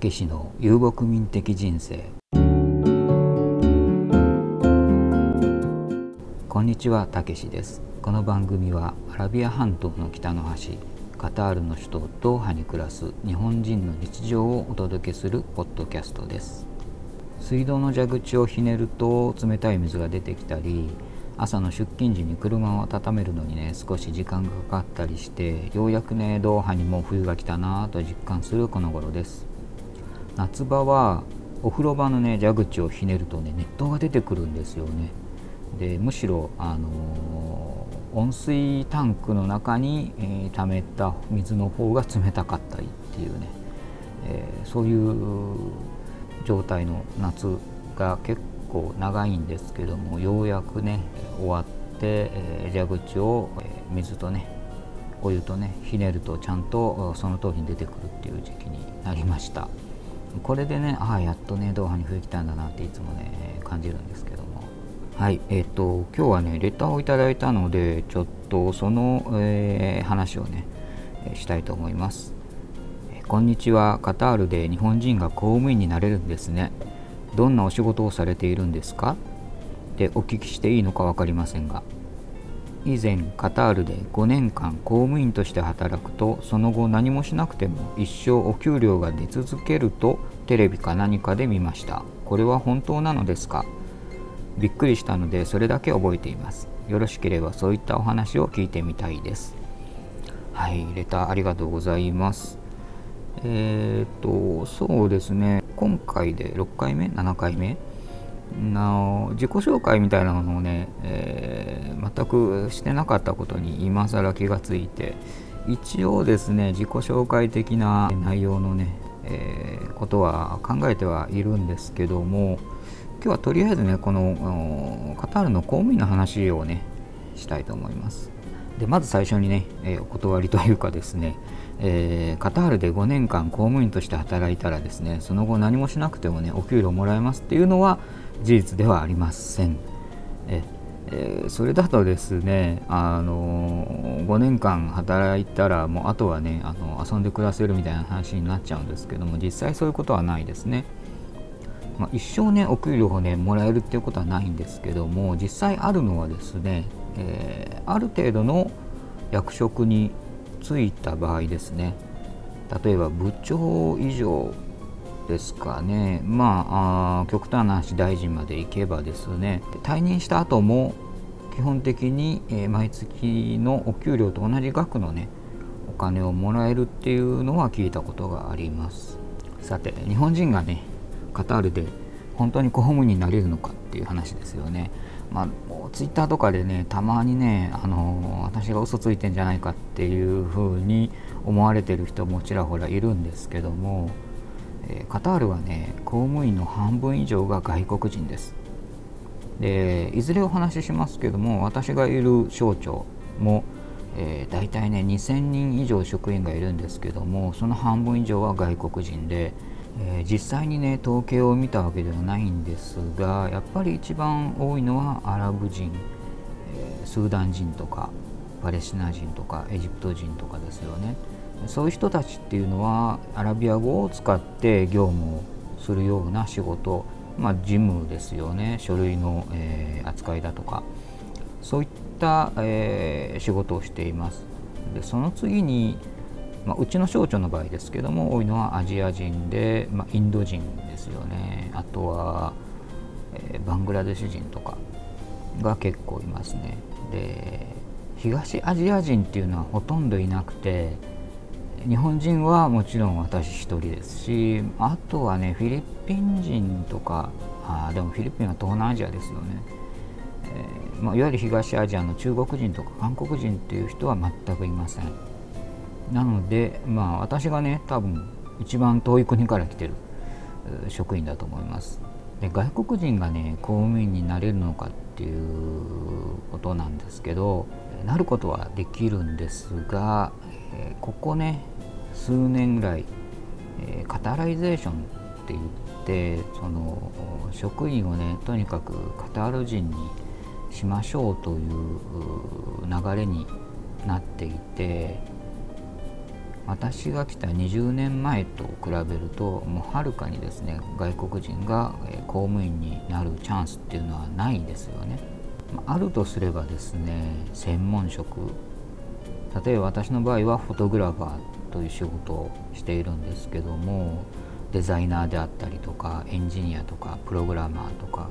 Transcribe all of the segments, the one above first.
けしの遊牧民的人生。こんにちは、たけしです。この番組はアラビア半島の北の端カタールの首都ドーハに暮らす日本人の日常をお届けするポッドキャストです。水道の蛇口をひねると冷たい水が出てきたり、朝の出勤時に車を温めるのに少し時間がかかったりして、ようやくドーハにも冬が来たなと実感するこの頃です。夏場はお風呂場の蛇口をひねると熱湯が出てくるんですよね。でむしろ、温水タンクの中に、溜めた水の方が冷たかったりっていうそういう状態の夏が結構長いんですけども、ようやく終わって、蛇口を、水とお湯とひねるとちゃんとその通りに出てくるっていう時期になりました。これでやっとドーハに冬来たんだなっていつも感じるんですけども、はい、今日はレターをいただいたので、ちょっとその、話をしたいと思います。こんにちは。カタールで日本人が公務員になれるんですね。どんなお仕事をされているんですかってお聞きしていいのか分かりませんが、以前カタールで5年間公務員として働くと、その後何もしなくても一生お給料が出続けるとテレビか何かで見ました。これは本当なのですか？びっくりしたのでそれだけ覚えています。よろしければそういったお話を聞いてみたいです。はい、レターありがとうございます。そうですね、今回で6回目7回目自己紹介みたいなものを全くしてなかったことに今更気がついて、一応ですね自己紹介的な内容のことは考えてはいるんですけども、今日はとりあえずこのカタールの公務員の話をしたいと思います。でまず最初にお断りというかですね、カタールで5年間公務員として働いたらですね、その後何もしなくてもお給料もらえますっていうのは事実ではありません。それだとですね、5年間働いたらもうあとは遊んで暮らせるみたいな話になっちゃうんですけども、実際そういうことはないですね。一生お給料をもらえるっていうことはないんですけども、実際あるのはですね、ある程度の役職に就いた場合ですね、例えば部長以上ですかね、極端な話大臣まで行けばですね、退任した後も基本的に毎月のお給料と同じ額のお金をもらえるっていうのは聞いたことがあります。さて、日本人がカタールで本当に公務員になれるのかっていう話ですよね。ツイッターとかでたまに私が嘘ついてんじゃないかっていうふうに思われてる人もちらほらいるんですけども、カタールは公務員の半分以上が外国人です。でいずれお話ししますけども、私がいる省庁も、だいたい2000人以上職員がいるんですけども、その半分以上は外国人で、実際に統計を見たわけではないんですが、やっぱり一番多いのはアラブ人、スーダン人とかパレスチナ人とかエジプト人とかですよね。そういう人たちっていうのはアラビア語を使って業務をするような仕事、事務ですよね、書類の、扱いだとかそういった、仕事をしています。でその次にうちの省庁の場合ですけども、多いのはアジア人で、インド人ですよね。あとは、バングラデシュ人とかが結構いますね。で東アジア人っていうのはほとんどいなくて、日本人はもちろん私一人ですし、あとはフィリピン人とか、でもフィリピンは東南アジアですよね。いわゆる東アジアの中国人とか韓国人っていう人は全くいません。なので私が多分一番遠い国から来てる職員だと思います。で外国人が公務員になれるのかっていうことなんですけど、なることはできるんですが、ここ数年ぐらい、カタライゼーションって言って、その職員をとにかくカタール人にしましょうという流れになっていて、 私が来た20年前と比べるともうはるかにですね、外国人が公務員になるチャンスっていうのはないですよね。あるとすればですね、専門職、例えば私の場合はフォトグラファーという仕事をしているんですけども、デザイナーであったりとかエンジニアとかプログラマーとか、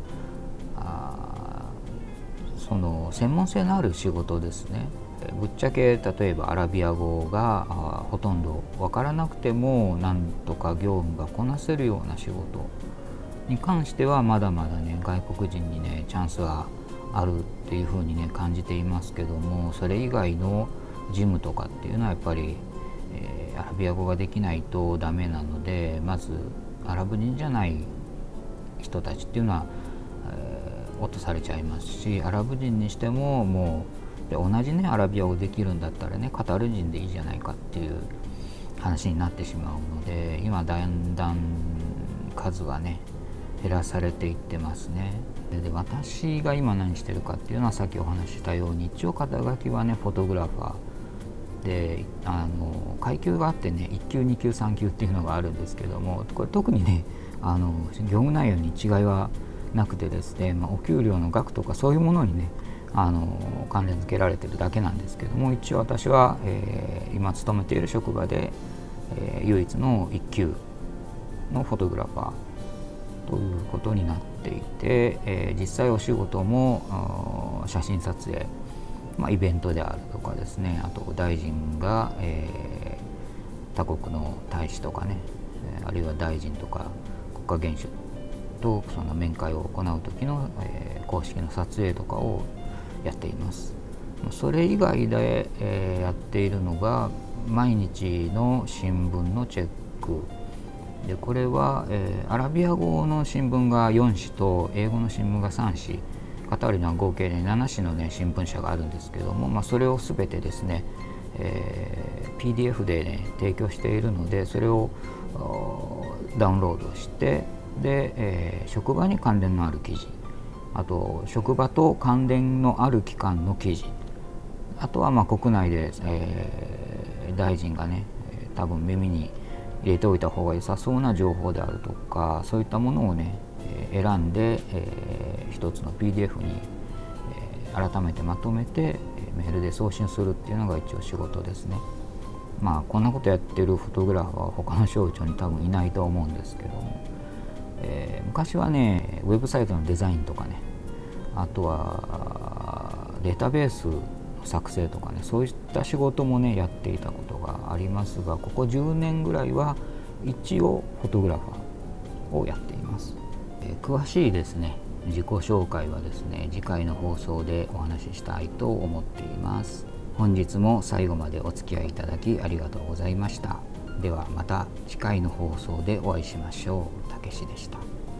その専門性のある仕事ですね。ぶっちゃけ例えばアラビア語がほとんど分からなくてもなんとか業務がこなせるような仕事に関してはまだまだね、外国人にねチャンスはあるっていうふうにね感じていますけども、それ以外の事務とかっていうのはやっぱり、アラビア語ができないとダメなので、まずアラブ人じゃない人たちっていうのは、落とされちゃいますし、アラブ人にしてももうで同じねアラビア語できるんだったらねカタール人でいいじゃないかっていう話になってしまうので、今だんだん数はね減らされていってますね。で私が今何してるかっていうのはさっきお話ししたように、一応肩書きはねフォトグラファーで、階級があってね1級2級3級っていうのがあるんですけども、これ特にね業務内容に違いはなくてですね、お給料の額とかそういうものにね関連付けられてるだけなんですけども、一応私は、今勤めている職場で、唯一の1級のフォトグラファーということになっていて、実際お仕事も写真撮影、イベントであるとかですね、あと大臣が、他国の大使とかね、あるいは大臣とか国家元首とその面会を行う時の、公式の撮影とかをやっています。それ以外で、やっているのが毎日の新聞のチェックで、これは、アラビア語の新聞が4紙と英語の新聞が3紙、カタールには合計で7紙の、ね、新聞社があるんですけども、それを全てですね、PDF で、ね、提供しているので、それをダウンロードしてで、職場に関連のある記事、あと職場と関連のある機関の記事、あとは国内で、大臣がね多分耳に入れておいた方が良さそうな情報であるとか、そういったものをね選んで、一つの PDF に、改めてまとめてメールで送信するっていうのが一応仕事ですね。こんなことやってるフォトグラファーは他の省庁に多分いないと思うんですけども、昔はねウェブサイトのデザインとかね、あとはデータベースの作成とかね、そういった仕事もねやっていたことがありますが、ここ10年ぐらいは一応フォトグラファーをやっています。詳しいですね自己紹介はですね次回の放送でお話ししたいと思っています。本日も最後までお付き合いいただきありがとうございました。ではまた次回の放送でお会いしましょう。たけしでした。